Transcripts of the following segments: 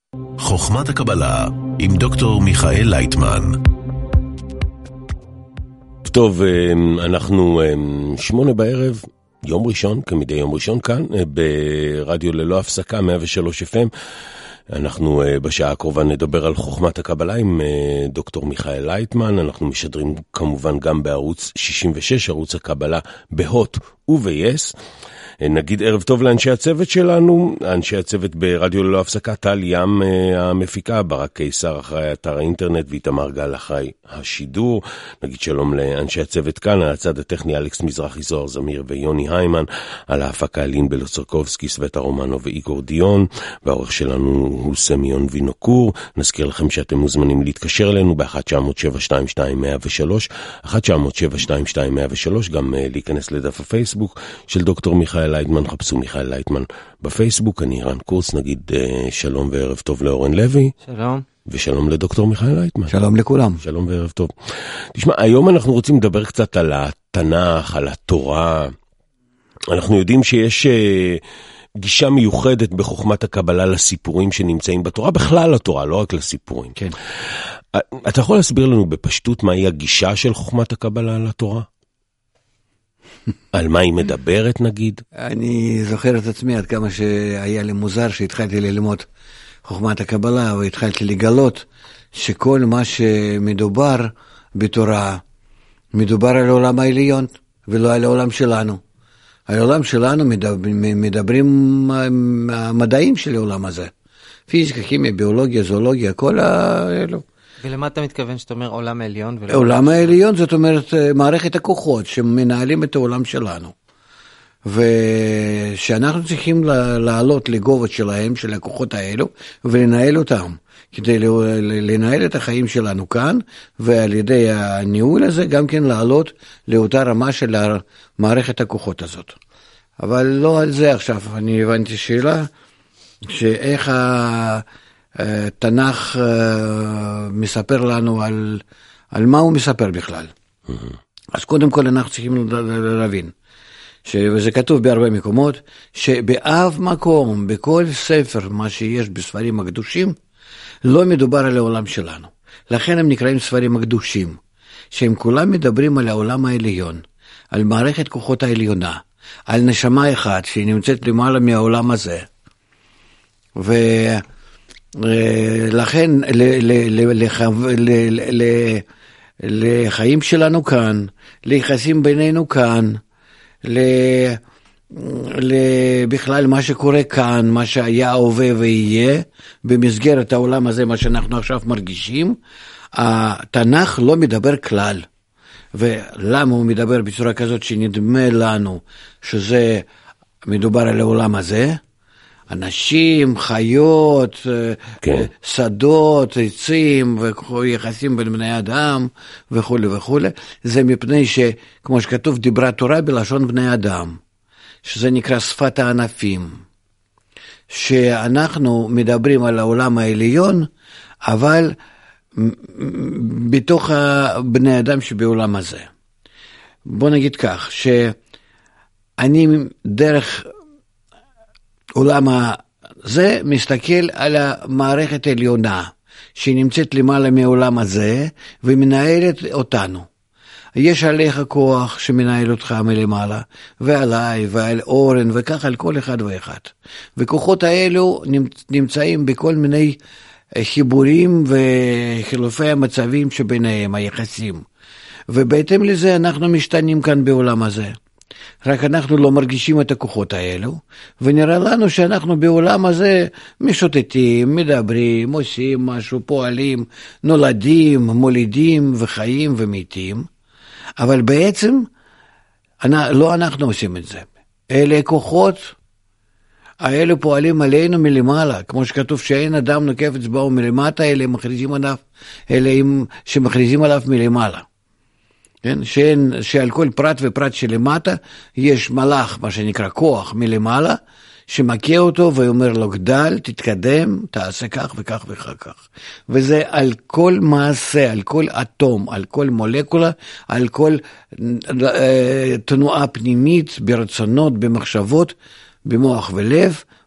חוכמת הקבלה עם דוקטור מיכאל לייטמן. טוב, אנחנו 8 בערב, יום ראשון, כמדי יום ראשון כאן, ברדיו ללא הפסקה, 103 FM. אנחנו בשעה הקרובה נדבר על חוכמת הקבלה עם דוקטור מיכאל לייטמן. אנחנו משדרים כמובן גם בערוץ 66, ערוץ הקבלה בהוט וביס. נגיד ערב טוב לאנשי הצוות שלנו, אנשי הצוות ברדיו ללא הפסקה, טל ים המפיקה, ברק קיסר אחראי אתר האינטרנט ואיתמר גל אחראי השידור. נגיד שלום לאנשי הצוות כאן, על הצד הטכני אלכס מזרחי, זוהר זמיר ויוני היימן, על ההפקה לין בלוצרקובסקי, סווטה רומנו ואיגור דיון, והעורך שלנו הוא סמיון וינוקור. נזכיר לכם שאתם מוזמנים להתקשר אלינו ב-1-900-722-103, 1-900-722-103, גם להיכנס לדף הפייסבוק של דוקטור מיכאל לייטמן, חפשו מיכאל לייטמן בפייסבוק. אני רן קורס, נגיד שלום וערב טוב לאורן לוי. שלום. ושלום לדוקטור מיכאל לייטמן. שלום לכולם. שלום וערב טוב. תשמע, היום אנחנו רוצים לדבר קצת על התנ"ך, על התורה. אנחנו יודעים שיש גישה מיוחדת בחוכמת הקבלה לסיפורים שנמצאים בתורה, בכלל לתורה, לא רק לסיפורים. כן. אתה יכול להסביר לנו בפשטות מהי הגישה של חוכמת הקבלה לתורה? על מה היא מדברת נגיד? אני זוכר את עצמי עד כמה שהיה לי מוזר שהתחלתי ללמוד חוכמת הקבלה, והתחלתי לגלות שכל מה שמדובר בתורה, מדובר על העולם העליון, ולא על העולם שלנו. על העולם שלנו מדברים המדעים של העולם הזה. פיזיקה, כימיה, ביולוגיה, זואולוגיה, כל האלו. ולמה אתה מתכוון שאתה אומר עולם העליון? עולם העליון זאת אומרת מערכת הכוחות שמנהלים את העולם שלנו. ושאנחנו צריכים לעלות לגובה שלהם, של הכוחות האלו, ולנהל אותם. כדי לנהל את החיים שלנו כאן, ועל ידי הניהול הזה גם כן לעלות לאותה רמה של מערכת הכוחות הזאת. אבל לא על זה עכשיו, אני הבנתי שאלה, שאיך התנ"ך מספר לנו על מה הוא מספר בכלל. אז קודם כל אנחנו צריכים להבין, וזה כתוב בהרבה מקומות, שבאב מקום, בכל ספר, מה שיש בספרים הקדושים, לא מדובר על העולם שלנו. לכן הם נקראים ספרים הקדושים, שהם כולם מדברים על העולם העליון, על מערכת כוחות העליונה, על נשמה אחת שנמצאת למעלה מהעולם הזה. ולכן לחיים שלנו כאן, ליחסים בינינו כאן, בכלל מה שקורה כאן, מה שהיה, הווה ויהיה, במסגרת העולם הזה, מה שאנחנו עכשיו מרגישים, התנ"ך לא מדבר כלל. ולמה הוא מדבר בצורה כזאת שנדמה לנו שזה מדובר על העולם הזה? אנשים, חיות, כן. שדות, עצים, ויחסים בין בני אדם, וכו' וכו'. זה מפני שכמו שכתוב, דיברה תורה בלשון בני אדם, שזה נקרא שפת הענפים. שאנחנו מדברים על העולם העליון, אבל בתוך בני אדם שבעולם הזה. בוא נגיד כך, שאני דרך עולם הזה מסתכל על המערכת העליונה שנמצאת למעלה מהעולם הזה ומנהלת אותנו. יש עליך כוח שמנהל אותך מלמעלה, ועליי ועל אורן וכך על כל אחד ואחד. וכוחות האלו נמצאים בכל מיני חיבורים וחילופי המצבים שביניהם, היחסים. ובהתאם לזה אנחנו משתנים כאן בעולם הזה. רק אנחנו לא מרגישים את הכוחות האלו, ונראה לנו שאנחנו בעולם הזה משוטטים, מדברים, עושים משהו, פועלים, נולדים, מולידים וחיים ומתים, אבל בעצם לא אנחנו עושים את זה. אלה כוחות, האלו פועלים עלינו מלמעלה, כמו שכתוב שאין אדם נוקף אצבעו מלמטה, אלה שמכריזים עליו מלמעלה. כן? שעל כל פרט ופרט שלמטה יש מלאך, מה שנקרא כוח מלמעלה, שמכה אותו ואומר לו גדל, תתקדם, תעשה כך וכך וכך. וזה על כל מעשה, על כל אטום, על כל מולקולה, על כל תנועה פנימית, ברצונות, במחשבות, במוח ולב,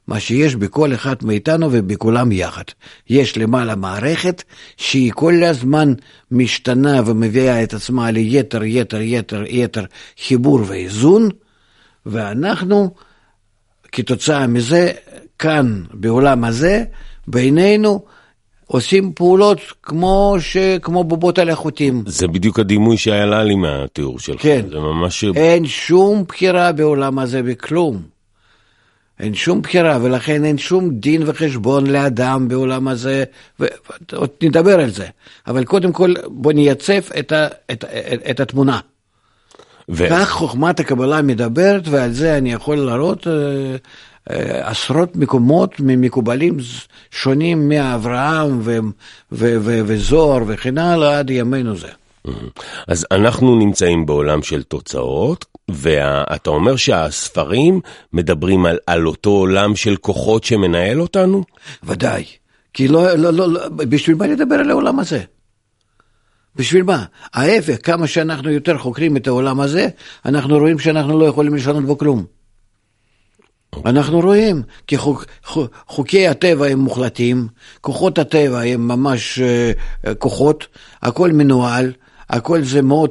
מה שיש בכל אחד מאיתנו ובכולם יחד. יש למעלה מערכת שהיא כל הזמן משתנה ומביאה את עצמה ליתר חיבור ואיזון, ואנחנו כתוצאה מזה כאן בעולם הזה בינינו עושים פעולות כמו בובות על החוטים. זה בדיוק הדימוי שהיה לי מהתיאור שלך. כן. זה ממש... אין שום בחירה בעולם הזה בכלום. אין שום בחירה, ולכן אין שום דין וחשבון לאדם בעולם הזה, ועוד נדבר על זה. אבל קודם כל בוא נייצב את התמונה. כך חוכמת הקבלה מדברת, ועל זה אני יכול להראות עשרות מקומות ממקובלים שונים מאברהם וזוהר וכן הלאה עד ימינו זה. אז אנחנו נמצאים בעולם של תוצאות, ואתה אומר שהספרים מדברים על אותו עולם של כוחות שמנהל אותנו? ודאי, כי לא, בשביל מה לדבר על העולם הזה? בשביל מה? ההפך, כמה שאנחנו יותר חוקרים את העולם הזה, אנחנו רואים שאנחנו לא יכולים לשנות בו כלום. אנחנו רואים, כי חוקי הטבע הם מוחלטים, כוחות הטבע הם ממש כוחות, הכל מנוהל, הכל זה מאוד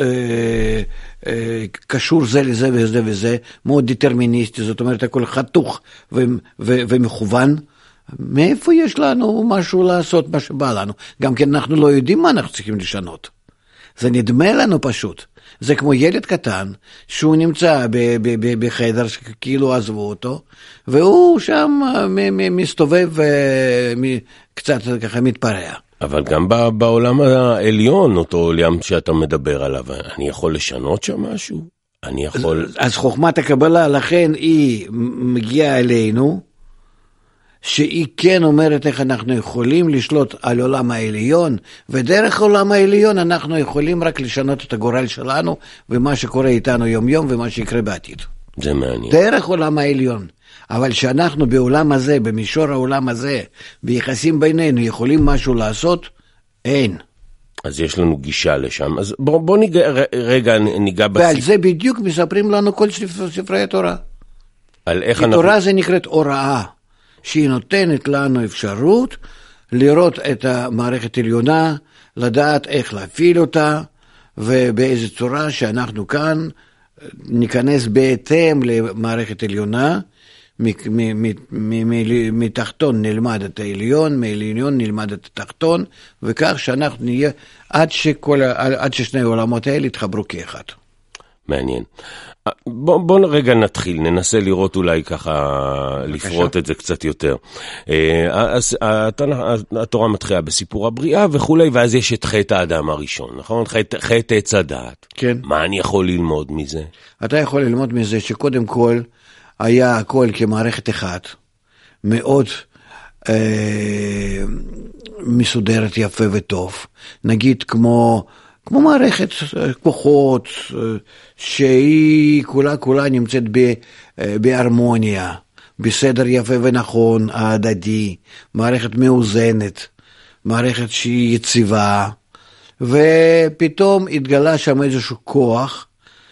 קשור זה לזה וזה וזה, מאוד דטרמיניסטי, זאת אומרת הכל חתוך ומכוון. מאיפה יש לנו משהו לעשות, מה שבא לנו? גם כן אנחנו לא יודעים מה אנחנו צריכים לשנות. זה נדמה לנו פשוט. זה כמו ילד קטן, שהוא נמצא בחדר, כאילו עזבו אותו, והוא שם מסתובב קצת ככה מתפרע. אבל גם בעולם העליון, אותו עולם שאתה מדבר עליו, אני יכול לשנות שם משהו? אני יכול... אז חוכמת הקבלה, לכן היא מגיעה אלינו, שהיא כן אומרת איך אנחנו יכולים לשלוט על עולם העליון, ודרך עולם העליון אנחנו יכולים רק לשנות את הגורל שלנו, ומה שקורה איתנו יום יום, ומה שיקרה בעתיד. זה מעניין. דרך עולם העליון. אבל שאנחנו בעולם הזה, במישור העולם הזה, ביחסים בינינו, יכולים משהו לעשות, אין. אז יש לנו גישה לשם. אז בוא ניגע ועל זה בדיוק מספרים לנו כל ספרי התורה. על איך התורה זה נקראת הוראה. שהיא נותנת לנו אפשרות לראות את המערכת העליונה, לדעת איך להפעיל אותה, ובאיזה צורה שאנחנו כאן ניכנס בהתאם למערכת עליונה, מתחתון נלמד את העליון, מהעליון נלמד את התחתון, וכך שאנחנו נהיה עד ששני העולמות האלה יתחברו כאחד. מעניין. בוא רגע נתחיל, ננסה לראות אולי ככה, לפרוט את זה קצת יותר. אז התורה מתחילה בסיפור הבריאה וכולי, ואז יש את חטא האדם הראשון, נכון? חטא עץ הדעת. כן. מה אני יכול ללמוד מזה? אתה יכול ללמוד מזה שקודם כל היה הכל כמערכת אחת, מאוד מסודרת יפה וטוב. נגיד כמו מערכת כוחות שהיא כולה נמצאת בהרמוניה, בסדר יפה ונכון, ההדדי, מערכת מאוזנת, מערכת שהיא יציבה, ופתאום התגלה שם איזשהו כוח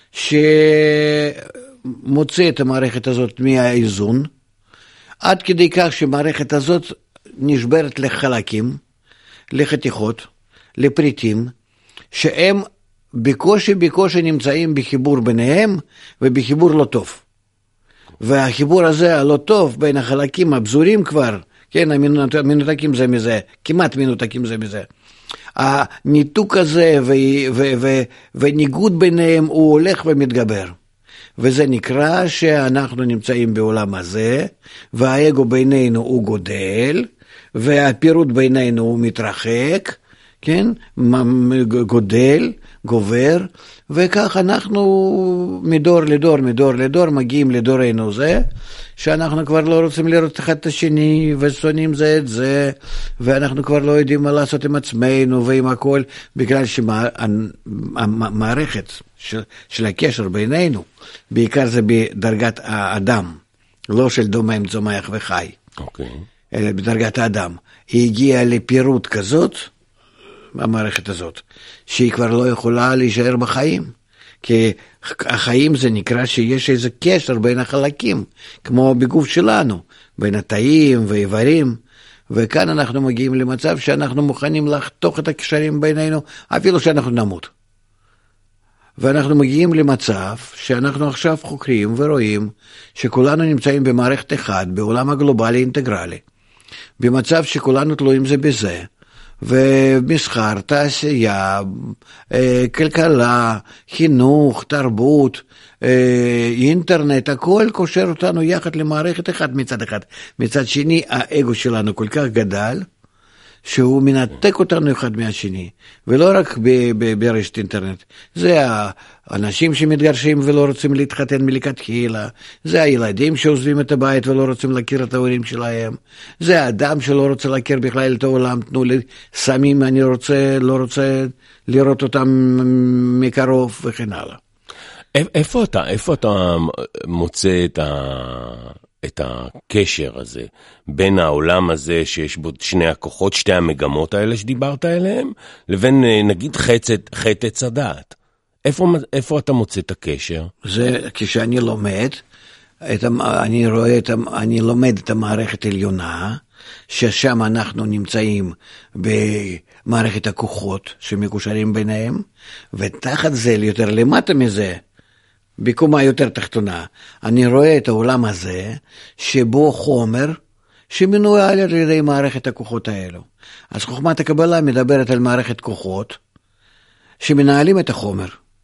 שמוצא את המערכת הזאת מהאיזון, עד כדי כך שמערכת הזאת נשברת לחלקים, לחתיכות, לפריטים, שהם בקושי נמצאים בחיבור ביניהם, ובחיבור לא טוב. והחיבור הזה הלא טוב בין החלקים הבזורים כבר, כן, המנותקים זה מזה, כמעט מנותקים זה מזה. הניתוק הזה וניגוד ביניהם הוא הולך ומתגבר. וזה נקרא שאנחנו נמצאים בעולם הזה, והאגו בינינו הוא גודל, והפירוט בינינו הוא מתרחק, כן, גודל, גובר, וכך אנחנו מדור לדור מגיעים לדורנו זה, שאנחנו כבר לא רוצים לראות אחד את השני, ושונאים זה את זה, ואנחנו כבר לא יודעים מה לעשות עם עצמנו ועם הכל, בגלל שהמערכת של הקשר בינינו, בעיקר זה בדרגת האדם, לא של דומם, צומח וחי, אלא בדרגת האדם, היא הגיעה לפירוט כזאת, המערכת הזאת, שהיא כבר לא יכולה להישאר בחיים, כי החיים זה נקרא שיש איזה קשר בין החלקים, כמו בגוף שלנו, בין התאים ואיברים, וכאן אנחנו מגיעים למצב שאנחנו מוכנים לחתוך את הקשרים בינינו, אפילו שאנחנו נמות. ואנחנו מגיעים למצב שאנחנו עכשיו חוקרים ורואים שכולנו נמצאים במערכת אחת, בעולם הגלובלי אינטגרלי, במצב שכולנו תלויים זה בזה, ומסחר, תעשייה, כלכלה, חינוך, תרבות, אינטרנט, הכל קושר אותנו יחד למערכת אחת מצד אחד. מצד שני, האגו שלנו כל כך גדל, שהוא מנתק אותנו אחד מהשני, ולא רק ברשת אינטרנט. זה האנשים שמתגרשים ולא רוצים להתחתן מלכתחילה, זה הילדים שעוזבים את הבית ולא רוצים להכיר את ההורים שלהם, זה האדם שלא רוצה להכיר בכלל את העולם, תנו לי סמים, אני לא רוצה לראות אותם מקרוב וכן הלאה. איפה אתה מוצא את הקשר הזה בין העולם הזה שיש בו שני הכוחות, שתי המגמות האלה שדיברת עליהם, לבין נגיד חטא הדעת? איפה אתה מוצא את הקשר? זה כשאני לומד, אני לומד את המערכת העליונה, ששם אנחנו נמצאים במערכת הכוחות שמקושרים ביניהם, ותחת זה יותר למטה מזה, בקומה יותר תחתונה, אני רואה את העולם הזה, שבו חומר שמנוהל על ידי מערכת הכוחות האלו. אז חוכמת הקבלה מדברת על מערכת כוחות, שמנהלים את החומר.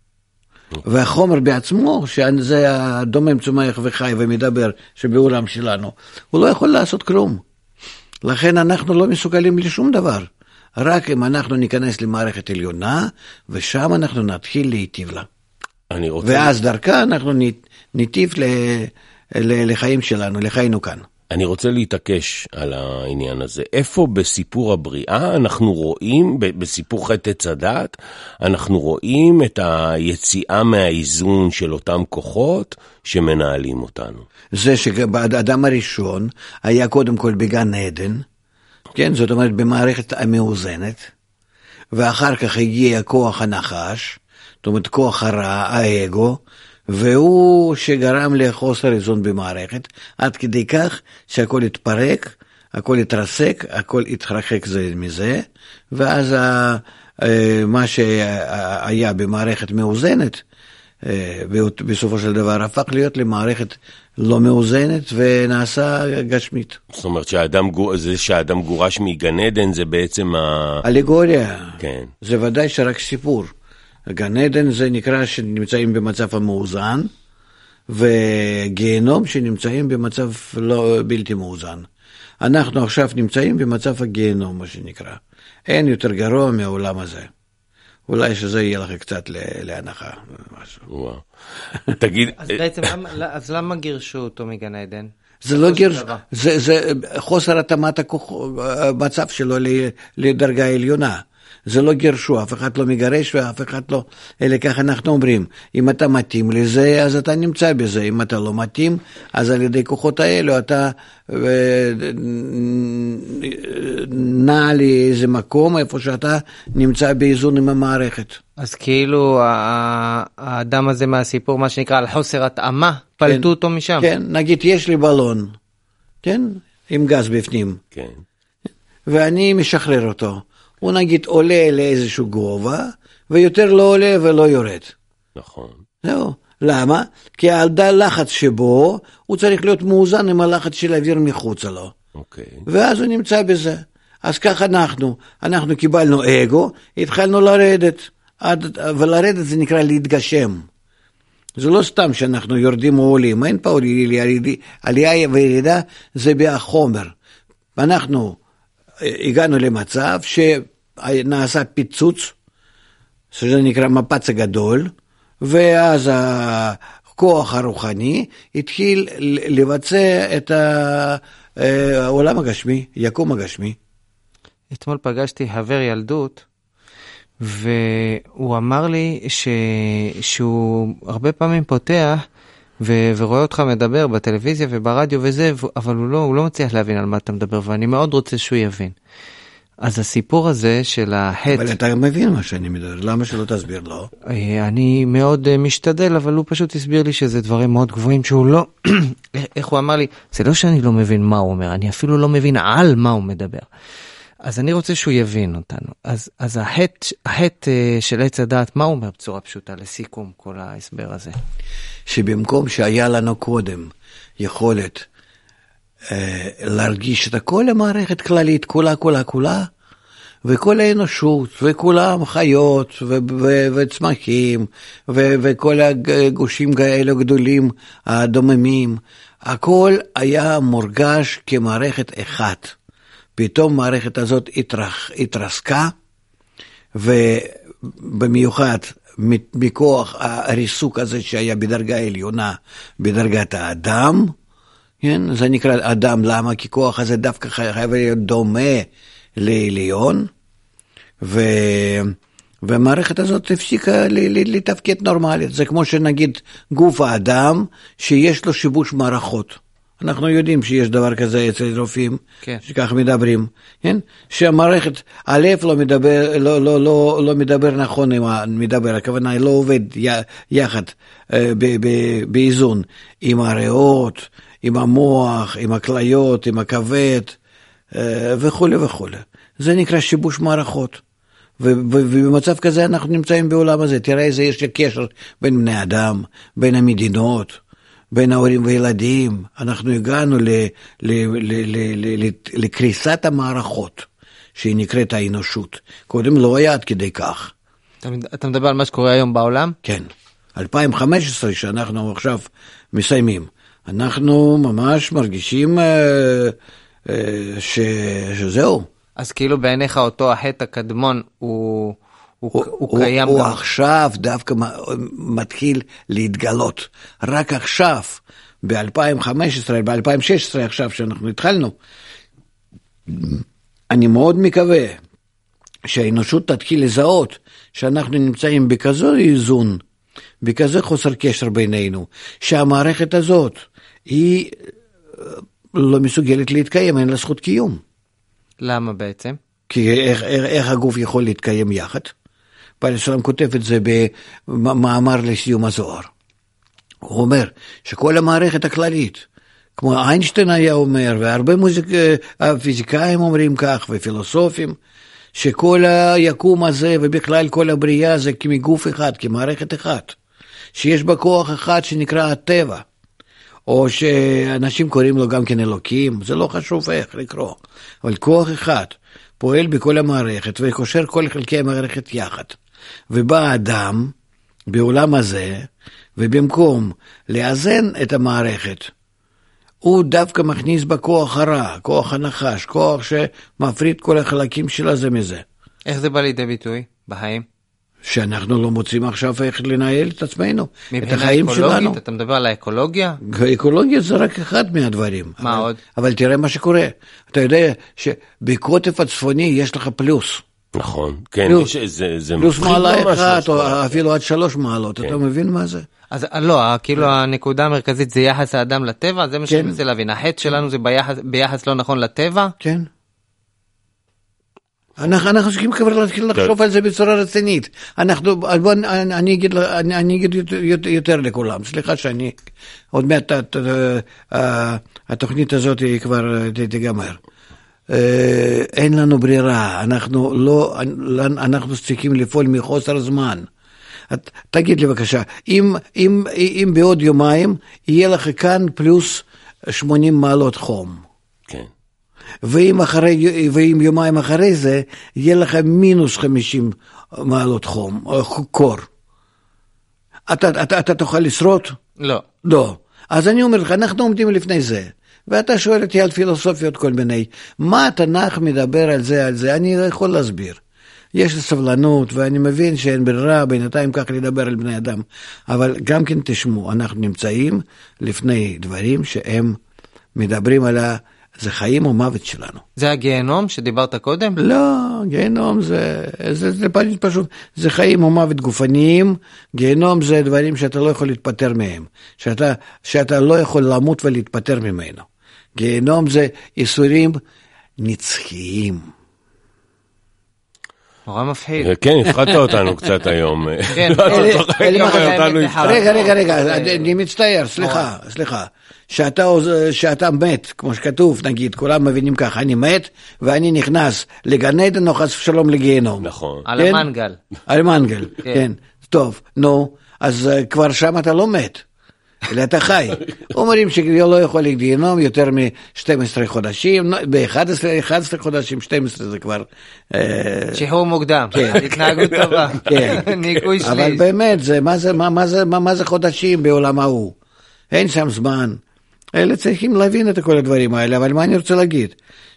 והחומר בעצמו, שזה הדומם צומח וחי ומדבר שבעולם שלנו, הוא לא יכול לעשות כלום. לכן אנחנו לא מסוגלים לשום דבר. רק אם אנחנו ניכנס למערכת עליונה, ושם אנחנו נתחיל להיטיב לה. ואז דרכה אנחנו ניטיב לחיים שלנו, לחיינו כאן. אני רוצה להתעקש על העניין הזה. איפה בסיפור הבריאה אנחנו רואים, בסיפור חטא הדעת, אנחנו רואים את היציאה מהאיזון של אותם כוחות שמנהלים אותנו? זה שבאדם הראשון היה קודם כל בגן עדן, כן, זאת אומרת במערכת המאוזנת, ואחר כך הגיע כוח הנחש, זאת אומרת כוח הרע, האגו, והוא שגרם לחוסר איזון במערכת, עד כדי כך שהכל התפרק, הכל התרסק, הכל התרחק זה מזה, ואז מה שהיה במערכת מאוזנת, בסופו של דבר הפך להיות למערכת לא מאוזנת ונעשה גשמית. זאת אומרת שהאדם גורש מגן עדן זה בעצם אלגוריה, כן. זה ודאי שרק סיפור. גן עדן זה נקרא שנמצאים במצב המאוזן, וגיהנום שנמצאים במצב לא בלתי מאוזן. אנחנו עכשיו נמצאים במצב הגיהנום, מה שנקרא. אין יותר גרוע מהעולם הזה. אולי שזה יהיה לך קצת להנחה. וואו. תגיד... אז בעצם, אז למה גירשו אותו מגן עדן? זה לא גירש, זה חוסר התאמת המצב שלו לדרגה עליונה. זה לא גירשו, אף אחד לא מגרש ואף אחד לא, אלא כך אנחנו אומרים, אם אתה מתאים לזה, אז אתה נמצא בזה, אם אתה לא מתאים, אז על ידי כוחות האלו אתה נע לאיזה מקום, איפה שאתה נמצא באיזון עם המערכת. אז כאילו האדם הזה מהסיפור, מה שנקרא, על חוסר התאמה, פלטו אותו משם. כן, נגיד יש לי בלון, כן, עם גז בפנים, כן. ואני משחרר אותו. הוא נגיד עולה לאיזשהו גובה, ויותר לא עולה ולא יורד. נכון. זהו. למה? כי הלחץ שבו, הוא צריך להיות מאוזן עם הלחץ של האוויר מחוצה לו. אוקיי. ואז הוא נמצא בזה. אז כך אנחנו קיבלנו אגו, התחלנו לרדת. ולרדת זה נקרא להתגשם. זה לא סתם שאנחנו יורדים או עולים, אין פה עלייה וירידה, זה בחומר. ואנחנו הגענו למצב שנעשה פיצוץ, שזה נקרא מפץ הגדול, ואז הכוח הרוחני התחיל לבצע את העולם הגשמי, יקום הגשמי. אתמול פגשתי חבר ילדות, והוא אמר לי שהוא הרבה פעמים פותח, ורואה אותך מדבר בטלוויזיה וברדיו וזה, אבל הוא לא מצליח להבין על מה אתה מדבר, ואני מאוד רוצה שהוא יבין. אז הסיפור הזה של החטא... אבל אתה מבין מה שאני מדבר, למה שלא תסביר לו? אני מאוד משתדל, אבל הוא פשוט הסביר לי שזה דברים מאוד גבוהים שהוא לא... איך הוא אמר לי? זה לא שאני לא מבין מה הוא אומר, אני אפילו לא מבין על מה הוא מדבר. אז אני רוצה שהוא יבין אותנו. אז החטא של עץ הדעת, מה הוא אומר בצורה פשוטה לסיכום כל ההסבר הזה? שבמקום שהיה לנו קודם יכולת להרגיש את כל המערכת כללית, כולה, וכל האנושות, וכולם חיות, וצמחים, וכל הגושים האלה גדולים, הדוממים, הכל היה מורגש כמערכת אחת. פתאום מערכת הזאת התרסקה, ובמיוחד מכוח הריסוק הזה שהיה בדרגה עליונה, בדרגת האדם, כן? זה נקרא אדם, למה? כי כוח הזה דווקא חייב להיות דומה לעליון, והמערכת הזאת הפסיקה לתפקד נורמלית. זה כמו שנגיד גוף האדם שיש לו שיבוש מערכות. אנחנו יודעים שיש דבר כזה אצל רופאים, כן. שכך מדברים, כן? שהמערכת, הלב לא מדבר נכון עם המדבר, הכוונה לא עובד יחד באיזון עם הריאות, עם המוח, עם הכליות, עם הכבד, וכו' וכו'. זה נקרא שיבוש מערכות. ובמצב כזה אנחנו נמצאים בעולם הזה. תראה איזה יש קשר בין בני אדם, בין המדינות, בין ההורים וילדים. אנחנו הגענו לקריסת המערכות, שהיא נקראת האנושות. קודם לא היה עד כדי כך. אתה מדבר על מה שקורה היום בעולם? כן. 2015 שאנחנו עכשיו מסיימים. אנחנו ממש מרגישים שזהו. אז כאילו בעיניך אותו החטא הקדמון הוא קיים הוא גם. עכשיו דווקא מתחיל להתגלות. רק עכשיו, ב-2015, ב-2016 עכשיו שאנחנו התחלנו, אני מאוד מקווה שהאנושות תתחיל לזהות שאנחנו נמצאים בכזו איזון, בכזה חוסר קשר בינינו, שהמערכת הזאת היא לא מסוגלת להתקיים, אין לה זכות קיום. למה בעצם? כי איך הגוף יכול להתקיים יחד? בעל הסולם כותב את זה במאמר לסיום הזוהר. הוא אומר שכל המערכת הכללית, כמו איינשטיין היה אומר, והרבה פיזיקאים אומרים כך, ופילוסופים, שכל היקום הזה ובכלל כל הבריאה זה כמגוף אחד, כמערכת אחת, שיש בה כוח אחד שנקרא הטבע, או שאנשים קוראים לו גם כן אלוקים, זה לא חשוב איך לקרוא, אבל כוח אחד פועל בכל המערכת וקושר כל חלקי המערכת יחד. ובא אדם בעולם הזה, ובמקום לאזן את המערכת, הוא דווקא מכניס בה כוח הרע, כוח הנחש, כוח שמפריד כל החלקים שלה זה מזה. איך זה בא לידי ביטוי בחיים? שאנחנו לא מוצאים עכשיו איך לנהל את עצמנו, את החיים אקולוגית, שלנו. אתה מדבר על האקולוגיה? האקולוגיה זה רק אחד מהדברים. מה עוד? אבל תראה מה שקורה. אתה יודע שבקוטב הצפוני יש לך פלוס. נכון, כן, זה פלוס מעלה אחת, או אפילו עד 3 מעלות, אתה מבין מה זה? אז לא, כאילו הנקודה המרכזית זה יחס האדם לטבע, זה מה שאני רוצה להבין. החטא שלנו זה ביחס לא נכון לטבע? כן. אנחנו צריכים כבר להתחיל לחשוב על זה בצורה רצינית. אני אגיד יותר לכולם, סליחה שאני, עוד מעט התוכנית הזאת כבר תיגמר. אין לנו ברירה, אנחנו צריכים לפעול מחוסר זמן. תגיד לי בבקשה, אם בעוד יומיים יהיה לך כאן פלוס 80 מעלות חום. כן. ואם יומיים אחרי זה יהיה לך מינוס 50 מעלות חום, קור. אתה תוכל לשרוד? לא. לא. אז אני אומר לך, אנחנו עומדים לפני זה. ואתה שואל אותי על פילוסופיות כל מיני. מה התנ"ך מדבר על זה? אני יכול להסביר. יש סבלנות, ואני מבין שאין ברירה בינתיים כך לדבר על בני אדם. אבל גם כן תשמעו, אנחנו נמצאים לפני דברים שהם מדברים על זה חיים או מוות שלנו. זה הגיהנום שדיברת קודם? לא, גיהנום זה פשוט, זה חיים או מוות גופניים, גיהנום זה דברים שאתה לא יכול להתפטר מהם, שאתה לא יכול למות ולהתפטר ממנו. גיהנום זה איסורים נצחיים. נורא מפחיד. כן, הפחדת אותנו קצת היום. רגע, אני מצטער, סליחה. שאתה מת, כמו שכתוב, נגיד, כולם מבינים ככה, אני מת, ואני נכנס לגן עדן או חס ושלום לגיהנום. נכון. על המנגל. על המנגל, כן. טוב, נו, אז כבר שם אתה לא מת. אלא אתה חי. אומרים שלא יכול לגיהנום יותר מ-12 חודשים, ב-11 חודשים, 12 זה כבר... שחרור מוקדם, התנהגות טובה, ניקוי שליש. אבל באמת, מה זה חודשים בעולם ההוא? אין שם זמן. אלה צריכים להבין את כל הדברים האלה, אבל מה אני רוצה להגיד?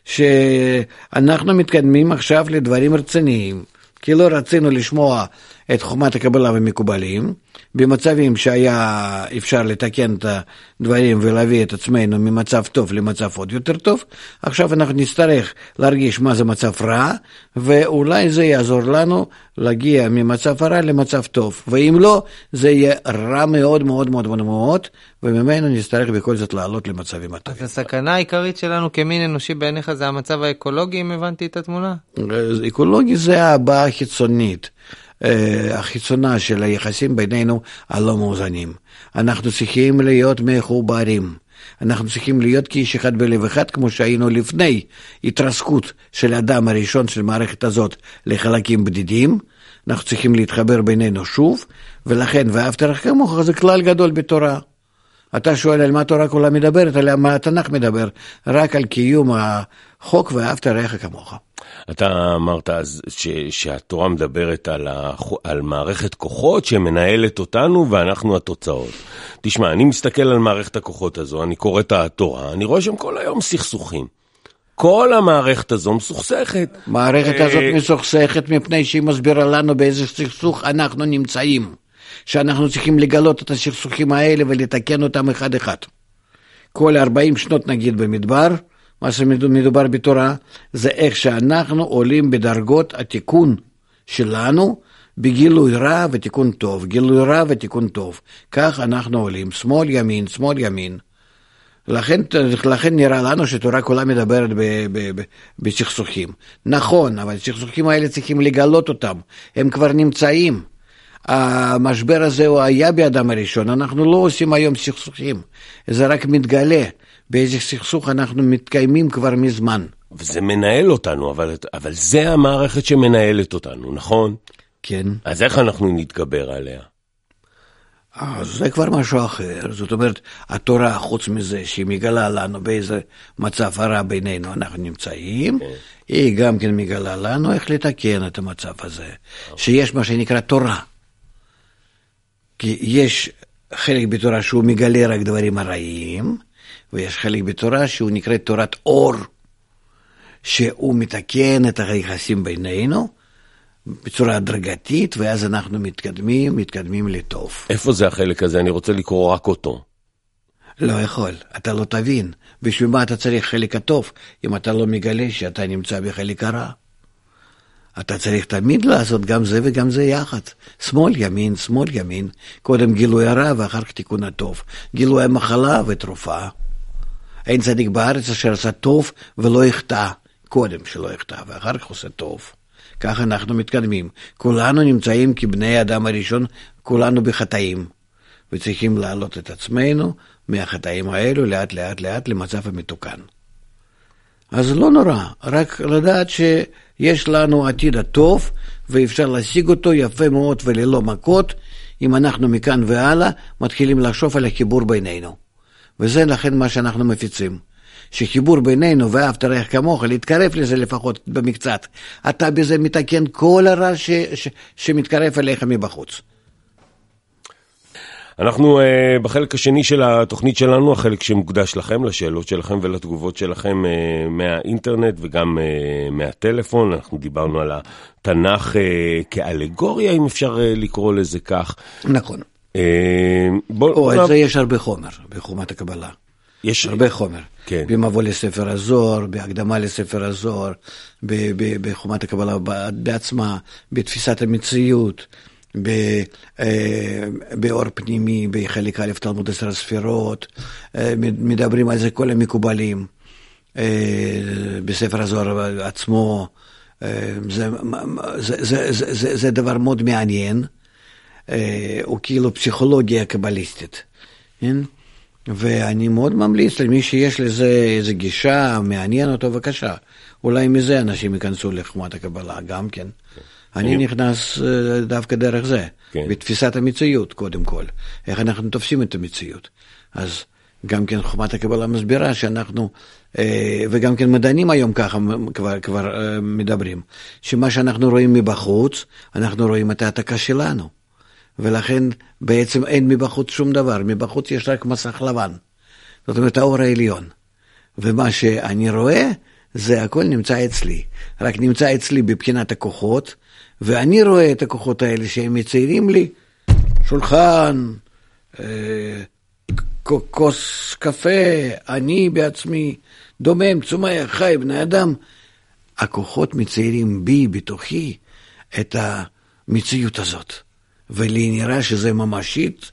שאנחנו מתקדמים עכשיו לדברים רציניים, כי לא רצינו לשמוע את חוכמת הקבלה ומקובלים, במצבים שהיה אפשר לתקן את הדברים ולהביא את עצמנו ממצב טוב למצב עוד יותר טוב, עכשיו אנחנו נצטרך להרגיש מה זה מצב רע, ואולי זה יעזור לנו להגיע ממצב רע למצב טוב, ואם לא, זה יהיה רע מאוד מאוד מאוד מאוד מאוד, וממנו נצטרך בכל זאת לעלות למצבים הטובים. אז הסכנה העיקרית שלנו כמין אנושי בעיניך זה המצב האקולוגי, אם הבנתי את התמונה? אקולוגי זה הבעה החיצונית. החיצונה של היחסים בינינו הלא מאוזנים. אנחנו צריכים להיות מחוברים. אנחנו צריכים להיות כאיש אחד בלב אחד, כמו שהיינו לפני התרסקות של האדם הראשון של מערכת הזאת לחלקים בדידים. אנחנו צריכים להתחבר בינינו שוב, ולכן ואהבת לרעך כמוך זה כלל גדול בתורה. אתה שואל על מה התורה כולה מדברת, על מה התנ"ך מדבר, רק על קיום החוק ואהבת לרעך כמוך. אתה אמרת אז שהתורה מדברת על מערכת כוחות שמנהלת אותנו ואנחנו התוצאות. תשמע, אני מסתכל על מערכת הכוחות הזו, אני קורא את התורה, אני רואה שם כל היום סכסוכים. כל המערכת הזו מסוכסכת. מערכת הזאת מסוכסכת מפני שהיא מסבירה לנו באיזה סכסוך אנחנו נמצאים. שאנחנו צריכים לגלות את הסכסוכים האלה ולתקן אותם אחד אחד. כל 40 שנות נגיד במדבר, מה שמדובר בתורה, זה איך שאנחנו עולים בדרגות התיקון שלנו, בגילוי רע ותיקון טוב, גילוי רע ותיקון טוב. כך אנחנו עולים, שמאל ימין, שמאל ימין. לכן נראה לנו שתורה כולה מדברת בסכסוכים. נכון, אבל הסכסוכים האלה צריכים לגלות אותם, הם כבר נמצאים. המשבר הזה הוא היה באדם הראשון, אנחנו לא עושים היום סכסוכים, זה רק מתגלה. באיזה סכסוך אנחנו מתקיימים כבר מזמן. וזה מנהל אותנו, אבל זה המערכת שמנהלת אותנו, נכון? כן. אז איך אנחנו נתגבר עליה? זה כבר משהו אחר. זאת אומרת, התורה, חוץ מזה שהיא מגלה לנו באיזה מצב הרע בינינו אנחנו נמצאים, היא גם כן מגלה לנו איך לתקן את המצב הזה. שיש מה שנקרא תורה. כי יש חלק בתורה שהוא מגלה רק דברים הרעים, ויש חלק בתורה שהוא נקרא תורת אור, שהוא מתקן את היחסים בינינו בצורה הדרגתית, ואז אנחנו מתקדמים לטוב. איפה זה החלק הזה? אני רוצה לקרוא רק אותו. לא יכול, אתה לא תבין. בשביל מה אתה צריך חלק הטוב, אם אתה לא מגלה שאתה נמצא בחלק הרע? אתה צריך תמיד לעשות גם זה וגם זה יחד. שמאל ימין, שמאל ימין. קודם גילוי הרע ואחר כך תיקון הטוב. גילוי המחלה ותרופה. אין צדיק בארץ אשר עשה טוב ולא יחטא. קודם שלא יחטא ואחר כך עושה טוב. כך אנחנו מתקדמים. כולנו נמצאים כבני האדם הראשון, כולנו בחטאים. וצריכים להעלות את עצמנו מהחטאים האלו לאט לאט לאט למצב המתוקן. אז לא נורא, רק לדעת שיש לנו עתיד הטוב, ואפשר להשיג אותו יפה מאוד וללא מכות, אם אנחנו מכאן והלאה מתחילים לחשוב על החיבור בינינו. וזה לכן מה שאנחנו מפיצים. שחיבור בינינו ואהבת לרעך כמוך, להתקרב לזה לפחות במקצת. אתה בזה מתקן כל הרע שמתקרב אליך מבחוץ. אנחנו בחלק השני של התוכנית שלנו, החלק שמוקדש לכם, לשאלות שלכם ולתגובות שלכם מהאינטרנט וגם מהטלפון. אנחנו דיברנו על התנ"ך כאלגוריה, אם אפשר לקרוא לזה כך. נכון. על זה יש הרבה חומר בחומת הקבלה. יש הרבה חומר. כן. במבוא לספר הזוהר, בהקדמה לספר הזוהר, בחומת הקבלה בעצמה, בתפיסת המציאות, באור פנימי, בחלק א' תלמוד 10 ספירות, מדברים על זה כל המקובלים, בספר הזוהר עצמו, זה דבר מאוד מעניין, הוא כאילו פסיכולוגיה קבליסטית, כן? ואני מאוד ממליץ למי שיש לזה איזו גישה, מעניין אותו בבקשה. אולי מזה אנשים ייכנסו לחוכמת הקבלה גם כן. אני נכנס דווקא דרך זה, בתפיסת המציאות קודם כל, איך אנחנו תופסים את המציאות. אז גם כן חוכמת הקבלה מסבירה שאנחנו, וגם כן מדענים היום ככה כבר מדברים, שמה שאנחנו רואים מבחוץ, אנחנו רואים את ההעתקה שלנו. ולכן בעצם אין מבחוץ שום דבר, מבחוץ יש רק מסך לבן. זאת אומרת, האור העליון. ומה שאני רואה, זה הכל נמצא אצלי. רק נמצא אצלי בבחינת הכוחות, ואני רואה את הכוחות האלה שהם מציירים לי, שולחן, כוס קפה, אני בעצמי, דומם, צומח, חי, בני אדם. הכוחות מציירים בי, בתוכי, את המציאות הזאת. ולי נראה שזה ממשית,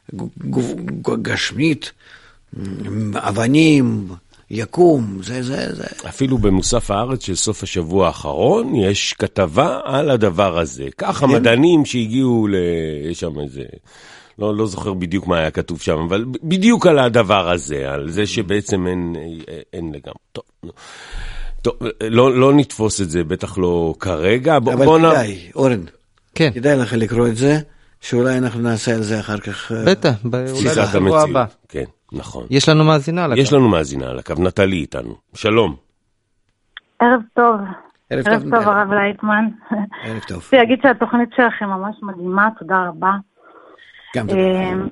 גשמית, אבנים, יקום, זה. אפילו במוסף הארץ של סוף השבוע האחרון, יש כתבה על הדבר הזה. ככה מדענים שהגיעו לשם איזה, לא זוכר בדיוק מה היה כתוב שם, אבל בדיוק על הדבר הזה, על זה שבעצם אין לגמרי. טוב, לא נתפוס את זה, בטח לא כרגע. אבל כדאי, אורן. כן. כדאי לך לקרוא את זה, שאולי אנחנו נעשה על זה אחר כך. בטח, אולי בשבוע הבא. כן, נכון. יש לנו מאזינה על הקו. יש לנו מאזינה על הקו, נטלי איתנו. שלום. ערב טוב. ערב טוב, הרב לייטמן. ערב טוב. אני אגיד שהתוכנית שלכם ממש מדהימה, תודה רבה. גם תודה.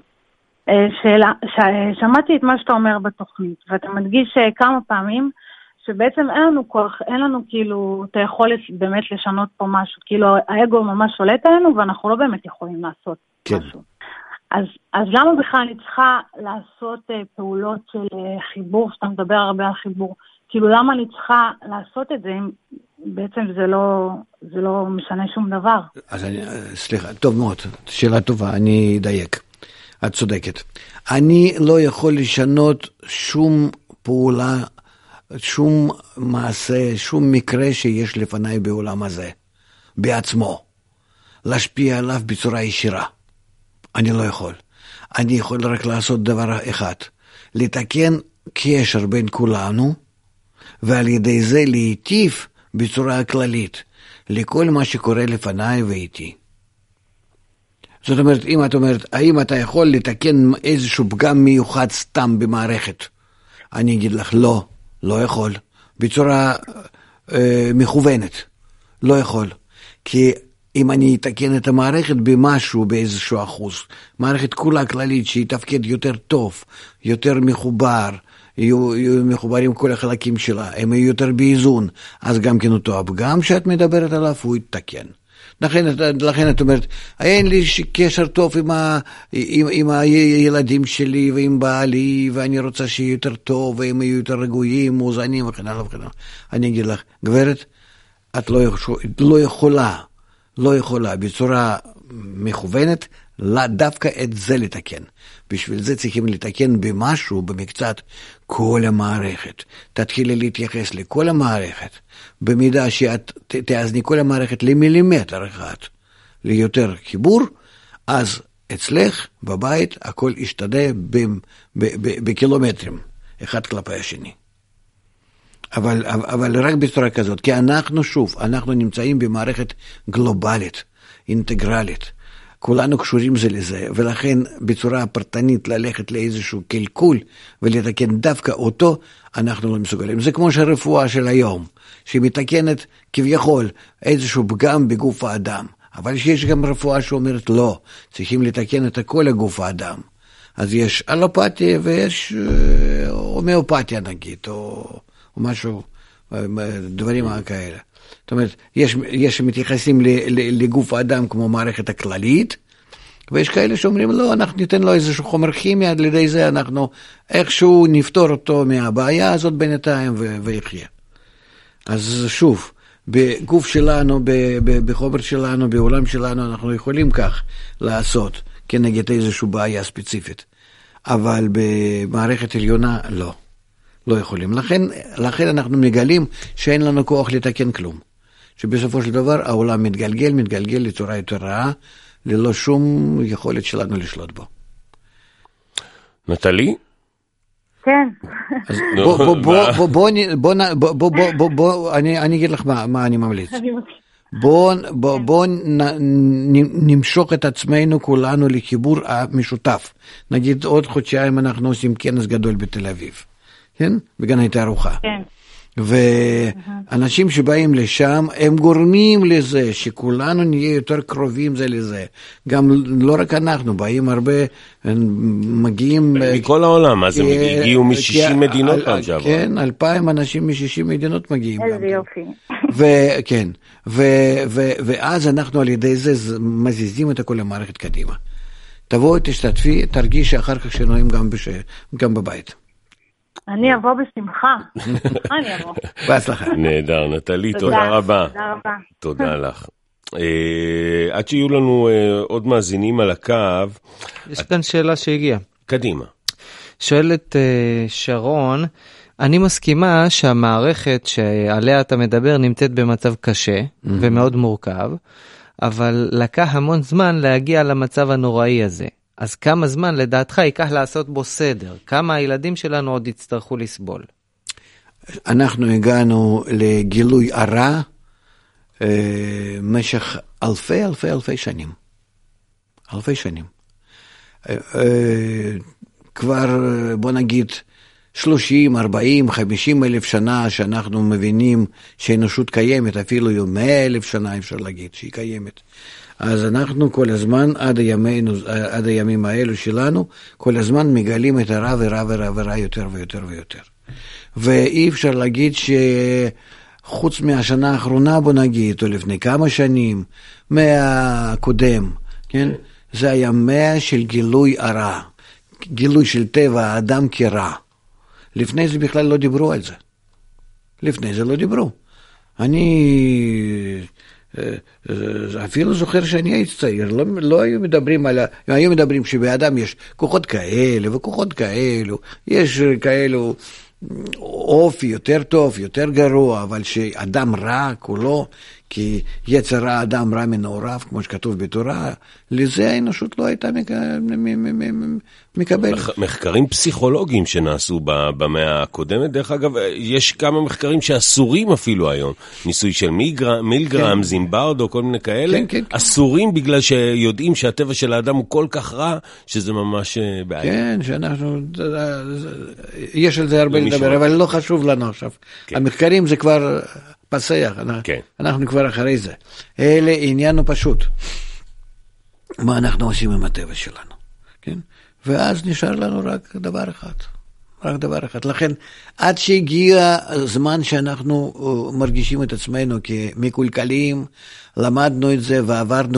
שמעתי את מה שאתה אומר בתוכנית, ואתה מדגיש כמה פעמים, שבעצם אין לנו כוח, אין לנו כאילו את היכולת באמת לשנות פה משהו, כאילו האגו ממש שולט עלינו ואנחנו לא באמת יכולים לעשות משהו. אז למה בכלל אני צריכה לעשות פעולות של חיבור, שאתה מדבר הרבה על חיבור, כאילו למה אני צריכה לעשות את זה אם בעצם זה לא משנה שום דבר? אז סליחה, טוב מאוד, שאלה טובה, אני אדייק, את צודקת. אני לא יכול לשנות שום פעולה, שום מעשה, שום מקרה שיש לפניי בעולם הזה, בעצמו, להשפיע עליו בצורה ישירה. אני לא יכול. אני יכול רק לעשות דבר אחד, לתקן קשר בין כולנו, ועל ידי זה להיטיב בצורה כללית, לכל מה שקורה לפניי ואיתי. זאת אומרת, אם את אומרת, האם אתה יכול לתקן איזשהו פגם מיוחד סתם במערכת? אני אגיד לך, לא יכול, בצורה מכוונת, לא יכול, כי אם אני אתקן את המערכת במשהו, באיזשהו אחוז, מערכת כולה כללית שהיא תפקד יותר טוב, יותר מחובר, יהיו מחוברים כל החלקים שלה, הם יהיו יותר באיזון, אז גם כן אותו הפגם שאת מדברת עליו, הוא יתקן. לכן את אומרת, אין לי קשר טוב עם הילדים שלי ועם בעלי, ואני רוצה שיהיה יותר טוב, והם יהיו יותר רגועים, מאוזנים וכן הלאה וכן הלאה. אני אגיד לך, גברת, את לא יכולה בצורה מכוונת, דווקא את זה לתקן. בשביל זה צריכים לתקן במשהו, במקצת, כל המערכת. תתחילי להתייחס לכל המערכת, במידה שאת תאזני כל המערכת למילימטר אחד, ליותר חיבור, אז אצלך בבית הכל ישתנה בקילומטרים, אחד כלפי השני. אבל רק בצורה כזאת, כי אנחנו נמצאים במערכת גלובלית, אינטגרלית. כולנו קשורים זה לזה, ולכן בצורה פרטנית ללכת לאיזשהו קלקול ולתקן דווקא אותו, אנחנו לא מסוגלים. זה כמו שהרפואה של היום, שמתקנת כביכול איזשהו פגם בגוף האדם, אבל יש גם רפואה שאומרת לא, צריכים לתקן את כל הגוף האדם. אז יש אלופתיה ויש הומאופתיה נגיד, או משהו, דברים כאלה. זאת אומרת, יש שמתייחסים לגוף האדם כמו מערכת הכללית, ויש כאלה שאומרים, לא, אנחנו ניתן לו איזשהו חומר כימי, עד לידי זה אנחנו איכשהו נפתור אותו מהבעיה הזאת בינתיים ויחיה. אז שוב, בגוף שלנו, בחומר שלנו, בעולם שלנו, אנחנו יכולים כך לעשות, כנגד איזשהו בעיה ספציפית. אבל במערכת עליונה, לא יכולים. לכן אנחנו מגלים שאין לנו כוח לתקן כלום. שבסופו של דבר העולם מתגלגל לצורה יותר רעה, ללא שום יכולת שלנו לשלוט בו. נטלי? כן. אני אגיד לך מה אני ממליץ. בוא נמשוך את עצמנו כולנו לחיבור המשותף. נגיד עוד חודשיים אנחנו עושים כנס גדול בתל אביב, כן? בגן התערוכה. כן. ואנשים שבאים לשם, הם גורמים לזה שכולנו נהיה יותר קרובים זה לזה. גם לא רק אנחנו, באים הרבה, מגיעים... מכל העולם, אז הם הגיעו מ-60 מדינות פעם שעברה. כן, 2,000 אנשים מ-60 מדינות מגיעים. איזה יופי. כן, ואז אנחנו על ידי זה מזיזים את כל המערכת קדימה. תבואי, תשתתפי, תרגישי אחר כך שנועים גם בבית. אני אבוא בשמחה. אני אבוא. בהצלחה. נהדר, נטלי, תודה רבה. תודה רבה. תודה לך. עד שיהיו לנו עוד מאזינים על הקו. יש כאן שאלה שהגיעה. קדימה. שואלת שרון, אני מסכימה שהמערכת שעליה אתה מדבר נמצאת במצב קשה ומאוד מורכב, אבל לקח המון זמן להגיע למצב הנוראי הזה. אז כמה זמן לדעתך ייקח לעשות בו סדר? כמה הילדים שלנו עוד יצטרכו לסבול? אנחנו הגענו לגילוי הרע משך אלפי שנים. אלפי שנים. כבר בוא נגיד 30, 40, 50 אלף שנה שאנחנו מבינים שהאנושות קיימת, אפילו 100,000 שנה אפשר להגיד שהיא קיימת. אז אנחנו כל הזמן, עד הימים האלו שלנו, כל הזמן מגלים את הרע ורע יותר ויותר ויותר. ואי אפשר להגיד שחוץ מהשנה האחרונה, בוא נגיד, או לפני כמה שנים, מהקודם, כן? זה היה 100 של גילוי הרע, גילוי של טבע האדם כרע. לפני זה בכלל לא דיברו על זה. לפני זה לא דיברו. אני אפילו זוכר שאני הייתי צעיר, לא היו מדברים היו מדברים שבאדם יש כוחות כאלה וכוחות כאלו, יש כאלו אופי יותר טוב, יותר גרוע, אבל שאדם רע כולו, כי יצר האדם רע מנעוריו, כמו שכתוב בתורה, לזה האנושות לא הייתה מקבלת. מחקרים פסיכולוגיים שנעשו במאה הקודמת, דרך אגב, יש כמה מחקרים שאסורים אפילו היום, ניסוי של מילגרם, זימברדו, כל מיני כאלה, אסורים בגלל שיודעים שהטבע של האדם הוא כל כך רע, שזה ממש בעיה. כן, שאנחנו, יש על זה הרבה לדבר, אבל לא חשוב לנו עכשיו. המחקרים זה כבר פסח, אנחנו כבר אחרי זה. אלה עניין הוא פשוט. מה אנחנו עושים עם הטבע שלנו, כן? ואז נשאר לנו רק דבר אחד. רק דבר אחד. לכן, עד שהגיע הזמן שאנחנו מרגישים את עצמנו כמקולקלים, למדנו את זה ועברנו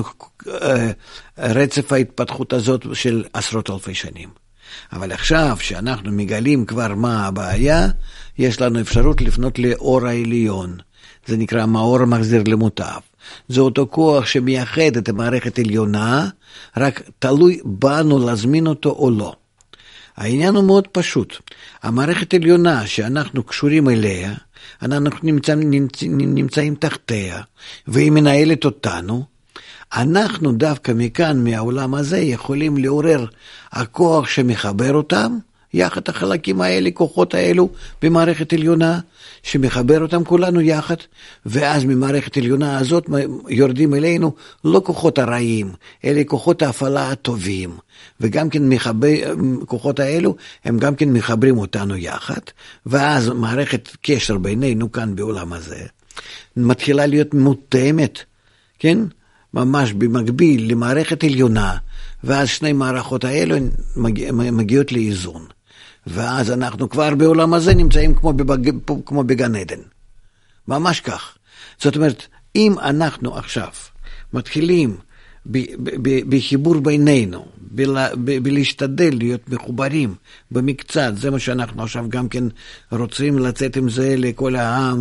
רצף ההתפתחות הזאת של עשרות אלפי שנים. אבל עכשיו שאנחנו מגלים כבר מה הבעיה, יש לנו אפשרות לפנות לאור העליון. זה נקרא מאור מחזיר למוטב. זה אותו כוח שמייחד את המערכת העליונה, רק תלוי בנו להזמין אותו או לא. העניין הוא מאוד פשוט. המערכת העליונה שאנחנו קשורים אליה, אנחנו נמצאים תחתיה, והיא מנהלת אותנו, אנחנו דווקא מכאן, מהעולם הזה, יכולים לעורר הכוח שמחבר אותם, יחד החלקים האלה, כוחות האלו במערכת עליונה, שמחבר אותם כולנו יחד, ואז ממערכת עליונה הזאת יורדים אלינו לא כוחות הרעים, אלה כוחות ההפעלה הטובים, וגם כן כוחות האלו, הם גם כן מחברים אותנו יחד, ואז מערכת קשר בינינו כאן בעולם הזה, מתחילה להיות מותאמת, כן? ממש במקביל למערכת עליונה, ואז שני מערכות האלו מגיעות לאיזון. ואז אנחנו כבר בעולם הזה נמצאים כמו בגן עדן. ממש כך. זאת אומרת, אם אנחנו עכשיו מתחילים בחיבור בינינו, בלהשתדל להיות מחוברים במקצת, זה מה שאנחנו עכשיו גם כן רוצים לצאת עם זה לכל העם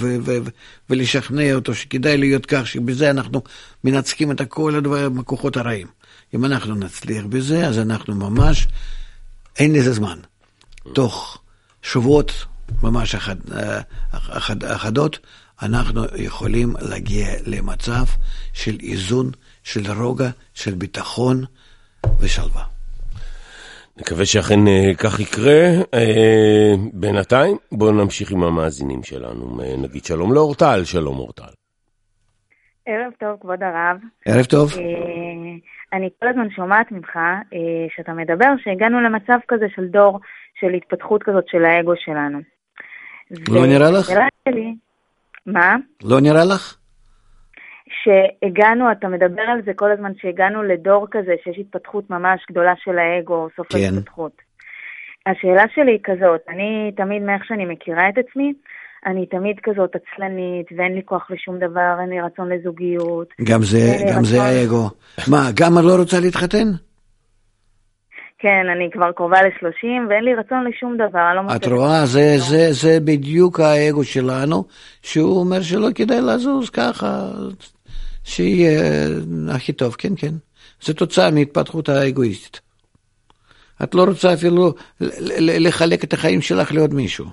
ולשכנע אותו שכדאי להיות כך, שבזה אנחנו מנצחים את כל הדברים, הכוחות הרעים. אם אנחנו נצליח בזה, אז אנחנו ממש, אין לזה זמן. תוך שבועות ממש אחדות, אנחנו יכולים להגיע למצב של איזון, של רוגע, של ביטחון ושלווה. נקווה שאכן כך יקרה. בינתיים בואו נמשיך עם המאזינים שלנו. נגיד שלום לאורטל. שלום אורטל. ערב טוב, כבוד הרב. ערב טוב. אני כל הזמן שומעת ממך שאתה מדבר שהגענו למצב כזה של דור של התפתחות כזאת של האגו שלנו. לא נראה לך? מה? לא נראה לך? שהגענו, אתה מדבר על זה כל הזמן, שהגענו לדור כזה שיש התפתחות ממש גדולה של האגו, סוף כן. ההתפתחות. השאלה שלי היא כזאת, אני תמיד, מאיך שאני מכירה את עצמי, אני תמיד כזאת עצלנית, ואין לי כוח לשום דבר, אין לי רצון לזוגיות. גם זה האגו. מה, גם לא רוצה להתחתן? כן, אני כבר קרובה ל-30, ואין לי רצון לשום דבר. לא את רואה, זה בדיוק האגו שלנו, שהוא אומר שלא כדאי לזוז ככה, שיהיה הכי טוב, כן, כן. זה תוצאה מהתפתחות האגואיסטית. את לא רוצה אפילו לחלק את החיים שלך לעוד מישהו.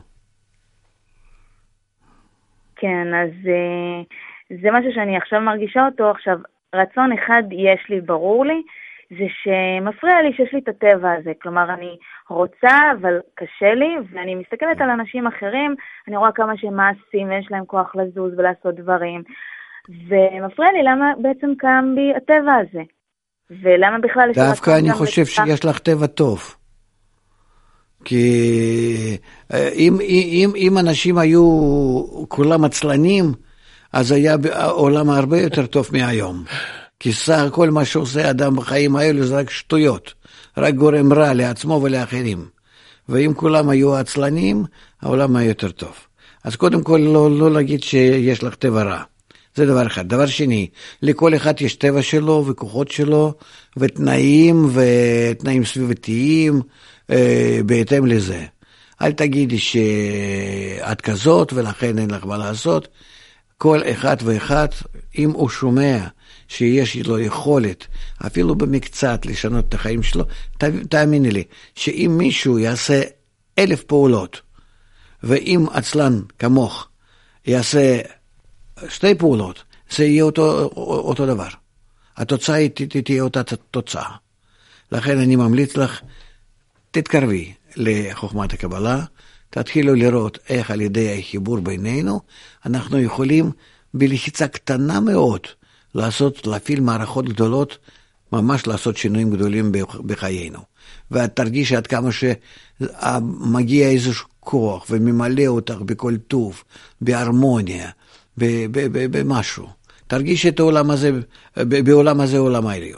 כן, אז זה משהו שאני עכשיו מרגישה אותו. עכשיו, רצון אחד יש לי, ברור לי, זה שמפריע לי שיש לי את הטבע הזה. כלומר, אני רוצה, אבל קשה לי, ואני מסתכלת על אנשים אחרים, אני רואה כמה שהם מעשים, ויש להם כוח לזוז ולעשות דברים. ומפריע לי למה בעצם קם בי הטבע הזה. ולמה בכלל... דווקא אני חושב שיש לך טבע טוב. כי אם אנשים היו כולם עצלנים, אז היה העולם הרבה יותר טוב מהיום. כי סך הכל מה שעושה אדם בחיים האלו זה רק שטויות, רק גורם רע לעצמו ולאחרים. ואם כולם היו עצלנים, העולם היה יותר טוב. אז קודם כל לא להגיד שיש לך טבע רע. זה דבר אחד. דבר שני, לכל אחד יש טבע שלו וכוחות שלו, ותנאים סביבתיים, בהתאם לזה. אל תגידי שאת כזאת ולכן אין לך מה לעשות. כל אחד ואחד, אם הוא שומע שיש לו יכולת, אפילו במקצת לשנות את החיים שלו, תאמיני לי, שאם מישהו יעשה 1000 פעולות, ואם עצלן כמוך יעשה 2 פעולות, זה יהיה אותו דבר. התוצאה תהיה אותה תוצאה. לכן אני ממליץ לך, תתקרבי לחוכמת הקבלה, תתחילו לראות איך על ידי החיבור בינינו, אנחנו יכולים בלחיצה קטנה מאוד להפעיל מערכות גדולות, ממש לעשות שינויים גדולים בחיינו. ואת תרגיש עד כמה שמגיע איזשהו כוח וממלא אותך בכל טוב, בהרמוניה, במשהו. תרגיש את העולם הזה, בעולם הזה עולם העליון.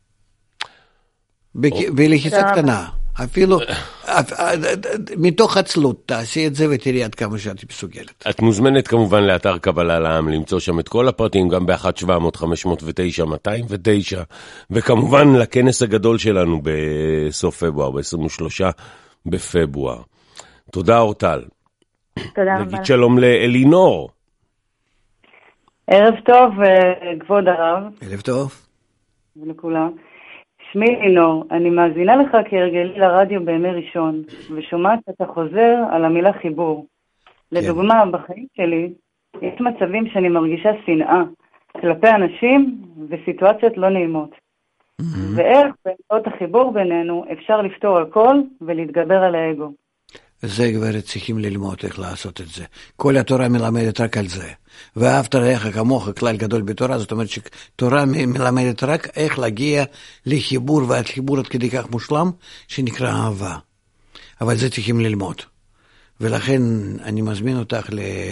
בלחיצה קטנה. אפילו מתוך עצלות תעשי את זה ותראי עד כמה שאת מסוגלת. את מוזמנת כמובן לאתר קבלה לעם, למצוא שם את כל הפרטים, גם ב-1-700-509-209, וכמובן לכנס הגדול שלנו בסוף פברואר, ב-23 בפברואר. תודה אורטל. תודה רבה. נגיד שלום לאלינור. ערב טוב, כבוד הרב. ערב טוב. ולכולם. שמי אלינור, אני מאזינה לך כהרגלי לרדיו בימי ראשון, ושומעת שאתה חוזר על המילה חיבור. לדוגמה, בחיים שלי, יש מצבים שאני מרגישה שנאה כלפי אנשים וסיטואציות לא נעימות. ואיך באמצעות החיבור בינינו אפשר לפתור הכל ולהתגבר על האגו. זה גברת צריכים ללמוד איך לעשות את זה. כל התורה מלמדת רק על זה. ואהבת רעך כמוך, כלל גדול בתורה, זאת אומרת שתורה מלמדת רק איך להגיע לחיבור, והחיבור עד כדי כך מושלם, שנקרא אהבה. אבל זה צריכים ללמוד. ולכן אני מזמין אותך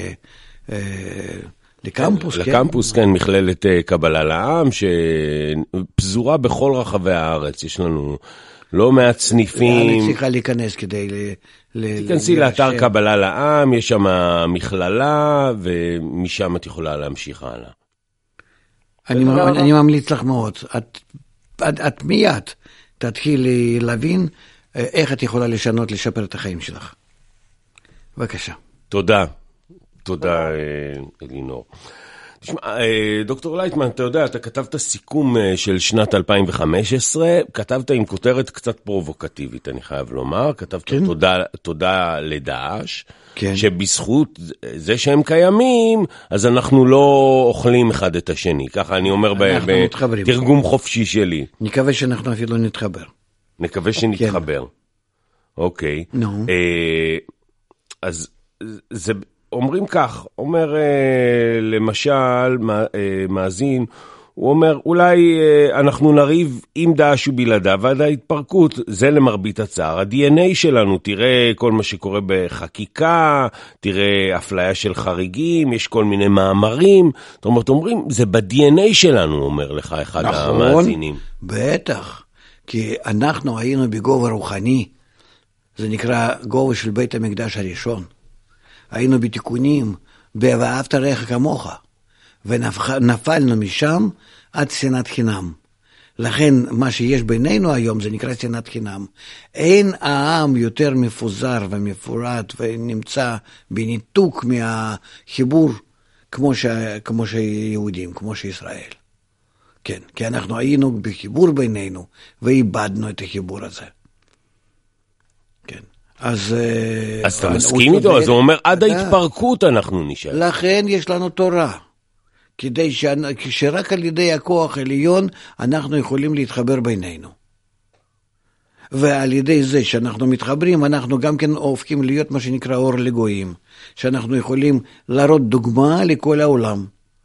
לקמפוס. לקמפוס, כן, מכללת קבלה לעם, שפזורה בכל רחבי הארץ. יש לנו לא מעט סניפים. אני צריכה להיכנס כדי תיכנסי לאתר קבלה לעם, יש שם מכללה, ומשם את יכולה להמשיך הלאה. אני ממליץ לך מאוד. את מיד תתחילי להבין איך את יכולה לשפר את החיים שלך. בבקשה. תודה. תודה, אלינור. תשמע, דוקטור לייטמן, אתה יודע, אתה כתבת סיכום של שנת 2015, כתבת עם כותרת קצת פרובוקטיבית, אני חייב לומר, כתבת כן? תודה לדאעש, כן. שבזכות זה שהם קיימים, אז אנחנו לא אוכלים אחד את השני, ככה אני אומר בתרגום חופשי שלי. נקווה שאנחנו אפילו נתחבר. נקווה שנתחבר. כן. אוקיי. נו. אז זה... אומרים כך, אומר למשל מאזין, הוא אומר אולי אנחנו נריב עם דאעש ובלעדיו עד ההתפרקות, זה למרבית הצער. ה-DNA שלנו, תראה כל מה שקורה בחקיקה, תראה אפליה של חריגים, יש כל מיני מאמרים, זאת אומרת, אומרים, זה ב-DNA שלנו, אומר לך אחד המאזינים. בטח, כי אנחנו היינו בגובה רוחני, זה נקרא גובה של בית המקדש הראשון. היינו בתיקונים, ואהבת רעך כמוך, ונפלנו משם עד שנאת חינם. לכן מה שיש בינינו היום זה נקרא שנאת חינם. אין העם יותר מפוזר ומפורט ונמצא בניתוק מהחיבור כמו שיהודים, כמו שישראל. כן, כי אנחנו היינו בחיבור בינינו ואיבדנו את החיבור הזה. כן. אז אתה מסכים איתו? אז הוא אומר, עד ההתפרקות אנחנו נשאר. לכן יש לנו תורה, כדי שרק על ידי הכוח העליון אנחנו יכולים להתחבר בינינו. ועל ידי זה שאנחנו מתחברים, אנחנו גם כן הופכים להיות מה שנקרא אור לגויים, שאנחנו יכולים להראות דוגמה לכל העולם.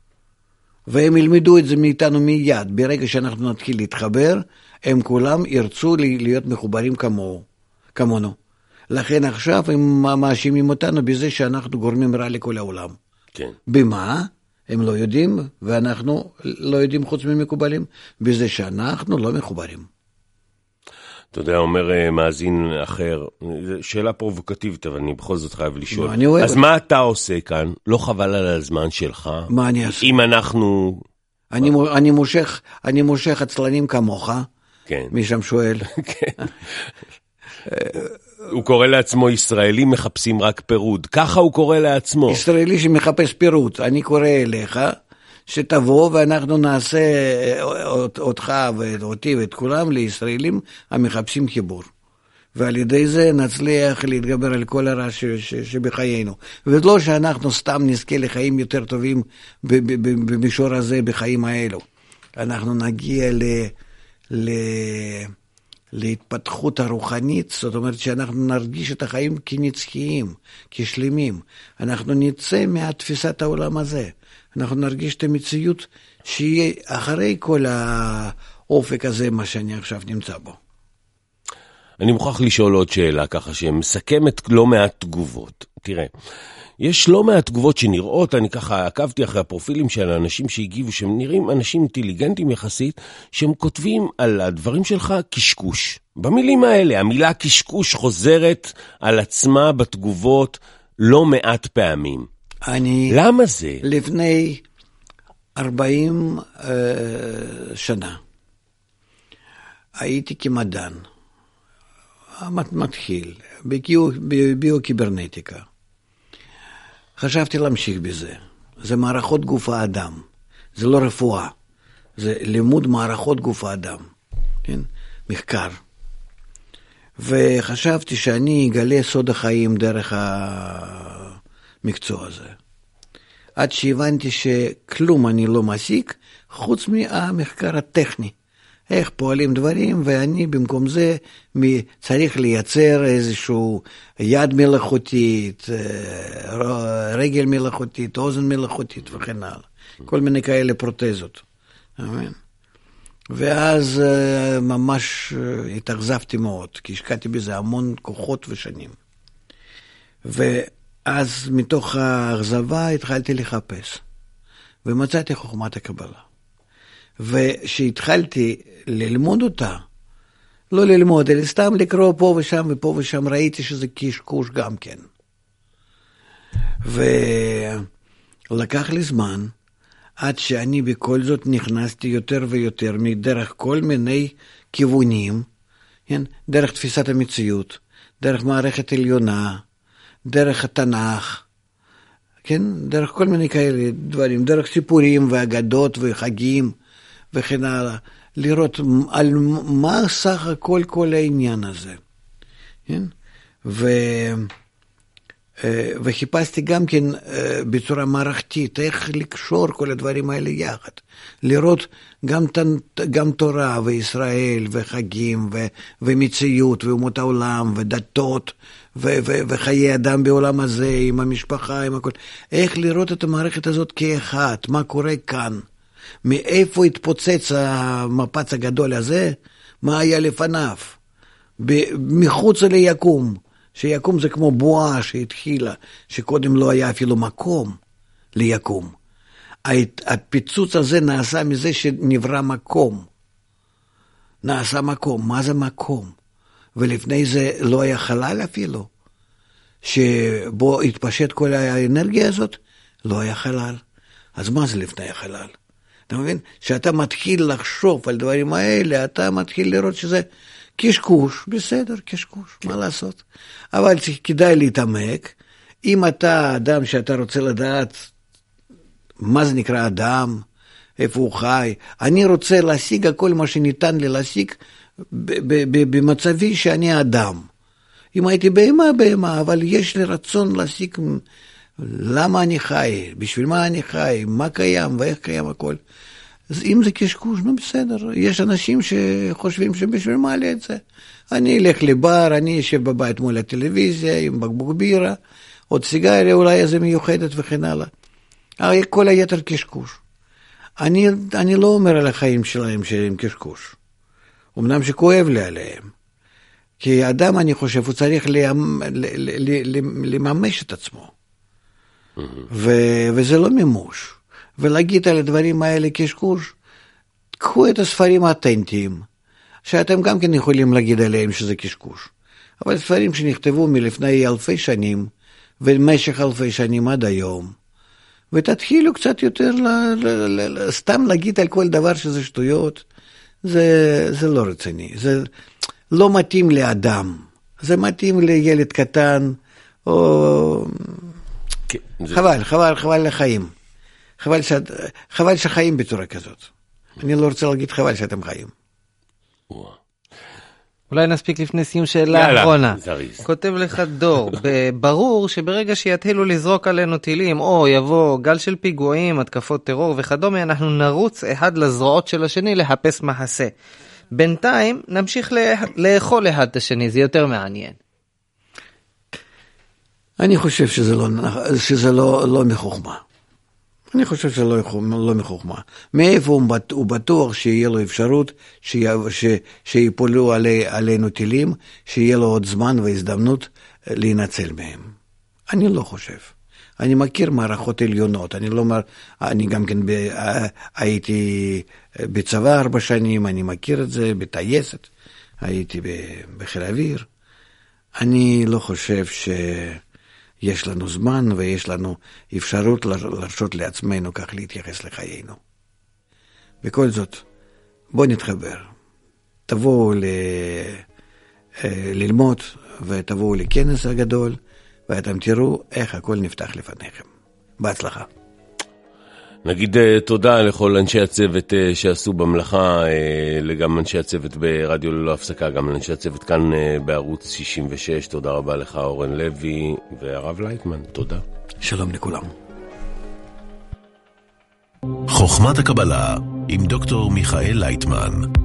והם ילמדו את זה מאיתנו מיד. ברגע שאנחנו נתחיל להתחבר, הם כולם ירצו להיות מחוברים כמונו. לכן עכשיו הם מאשימים אותנו בזה שאנחנו גורמים רע לכל העולם. כן. במה? הם לא יודעים, ואנחנו לא יודעים חוץ ממקובלים, בזה שאנחנו לא מחוברים. אתה יודע, אומר מאזין אחר, שאלה פרובוקטיבית, אבל אני בכל זאת חייב לשאול. אז מה אתה עושה כאן? לא חבל על הזמן שלך? מה אני אעשה? אם אנחנו... אני מושך עצלנים כמוך, כן. מי שם שואל. כן. הוא קורא לעצמו ישראלים מחפשים רק פירוד. ככה הוא קורא לעצמו. ישראלי שמחפש פירוד. אני קורא אליך שתבוא ואנחנו נעשה אותך ואותי ואת כולם לישראלים המחפשים חיבור. ועל ידי זה נצליח להתגבר על כל הרע שבחיינו. ולא שאנחנו סתם נזכה לחיים יותר טובים במישור הזה בחיים האלו. אנחנו נגיע להתפתחות הרוחנית, זאת אומרת שאנחנו נרגיש את החיים כנצחיים, כשלמים. אנחנו נצא מהתפיסת העולם הזה. אנחנו נרגיש את המציאות שיהיה אחרי כל האופק הזה, מה שאני עכשיו נמצא בו. אני מוכרח לשאול עוד שאלה ככה, שמסכמת לא מעט תגובות. תראה, יש לא מעט תגובות שנראות, אני ככה עקבתי אחרי הפרופילים של האנשים שהגיבו, שהם נראים אנשים אינטליגנטים יחסית, שהם כותבים על הדברים שלך קשקוש. במילים האלה, המילה קשקוש חוזרת על עצמה בתגובות לא מעט פעמים. למה זה? לפני 40 שנה הייתי כמדען, מתחיל, בביוקיברנטיקה. חשבתי להמשיך בזה. זה מערכות גוף האדם. זה לא רפואה. זה לימוד מערכות גוף האדם. כן? מחקר. וחשבתי שאני אגלה סוד החיים דרך המקצוע הזה. עד שהבנתי שכלום אני לא מסיק, חוץ מהמחקר הטכני. איך פועלים דברים, ואני במקום זה צריך לייצר איזשהו יד מלאכותית, רגל מלאכותית, אוזן מלאכותית וכן הלאה. כל מיני כאלה פרוטזות. ואז ממש התאכזבתי מאוד, כי השקעתי בזה המון כוחות ושנים. ואז מתוך האכזבה התחלתי לחפש, ומצאתי חוכמת הקבלה. ושהתחלתי ללמוד אותה, לא ללמוד, אלא סתם לקרוא פה ושם ופה ושם, ראיתי שזה קשקוש גם כן. ולקח לי זמן, עד שאני בכל זאת נכנסתי יותר ויותר, מדרך כל מיני כיוונים, כן? דרך תפיסת המציאות, דרך מערכת עליונה, דרך התנ"ך, כן? דרך כל מיני כאלה דברים, דרך סיפורים ואגדות וחגים וכן הלאה, לראות על מה סך הכל כל העניין הזה. כן? וחיפשתי גם כן בצורה מערכתית, איך לקשור כל הדברים האלה יחד. לראות גם תורה וישראל וחגים ומציאות ואומות העולם ודתות וחיי אדם בעולם הזה עם המשפחה, עם הכל. איך לראות את המערכת הזאת כאחד, מה קורה כאן, מאיפה התפוצץ המפץ הגדול הזה, מה היה לפניו, מחוץ ליקום. שיקום זה כמו בועה שהתחילה, שקודם לא היה אפילו מקום ליקום. הפיצוץ הזה נעשה מזה שנברא מקום. נעשה מקום. מה זה מקום? ולפני זה לא היה חלל אפילו, שבו התפשט כל האנרגיה הזאת, לא היה חלל. אז מה זה לפני החלל? אתה מבין? שאתה מתחיל לחשוב על דברים האלה, אתה מתחיל לראות שזה קשקוש, בסדר, קשקוש, מה לעשות? אבל כדאי להתעמק. אם אתה אדם שאתה רוצה לדעת מה זה נקרא אדם, איפה הוא חי, אני רוצה להשיג הכל מה שניתן לי להשיג במצבי שאני אדם. אם הייתי בהמה, אבל יש לי רצון להשיג למה אני חי, בשביל מה אני חי, מה קיים ואיך קיים הכל. אז אם זה קשקוש, נו בסדר. יש אנשים שחושבים שבשביל מה לי את זה. אני אלך לבר, אני אשב בבית מול הטלוויזיה, עם בקבוק בירה, עוד סיגריה אולי איזה מיוחדת וכן הלאה. כל היתר קשקוש. אני לא אומר על החיים שלהם שהם קשקוש. אמנם שכואב לי עליהם. כי האדם, אני חושב, הוא צריך לממש את עצמו. וזה לא מימוש. ולהגיד על הדברים האלה קשקוש, קחו את הספרים האותנטיים, שאתם גם כן יכולים להגיד עליהם שזה קשקוש. אבל ספרים שנכתבו מלפני אלפי שנים, ובמשך אלפי שנים עד היום, ותתחילו קצת יותר סתם להגיד על כל דבר שזה שטויות, זה לא רציני, זה לא מתאים לאדם, זה מתאים לילד קטן, או חבל לחיים. חבל שחיים בצורה כזאת. אני לא רוצה להגיד חבל שאתם חיים. אולי נספיק לפני סיום שאלה אחרונה. כותב לך דור, ברור שברגע שיתחילו לזרוק עלינו טילים, או יבוא גל של פיגועים, התקפות טרור וכדומה, אנחנו נרוץ אחד לזרועות של השני לחפש מחסה. בינתיים נמשיך לאכול אחד את השני, זה יותר מעניין. אני חושב שזה לא מחוכמה. אני חושב שזה לא מחוכמה. מאיפה הוא בטוח שיהיה לו אפשרות שיפולו עלינו טילים, שיהיה לו עוד זמן והזדמנות להינצל מהם. אני לא חושב. אני מכיר מערכות עליונות. אני גם כן הייתי בצבא 4 שנים, אני מכיר את זה בטייסת, הייתי בחיל האוויר. אני לא חושב יש לנו זמן ויש לנו אפשרות לרשות לעצמנו כך להתייחס לחיינו. בכל זאת, בוא נתחבר. תבואו ללמוד ותבואו לכנס הגדול, ואתם תראו איך הכל נפתח לפניכם. בהצלחה. נגיד תודה לכל אנשי הצוות שעשו במלאכה, גם אנשי הצוות ברדיו ללא הפסקה, גם אנשי הצוות כאן בערוץ 66. תודה רבה לך אורן לוי והרב לייטמן, תודה. שלום לכולם. חוכמת הקבלה עם דוקטור מיכאל לייטמן.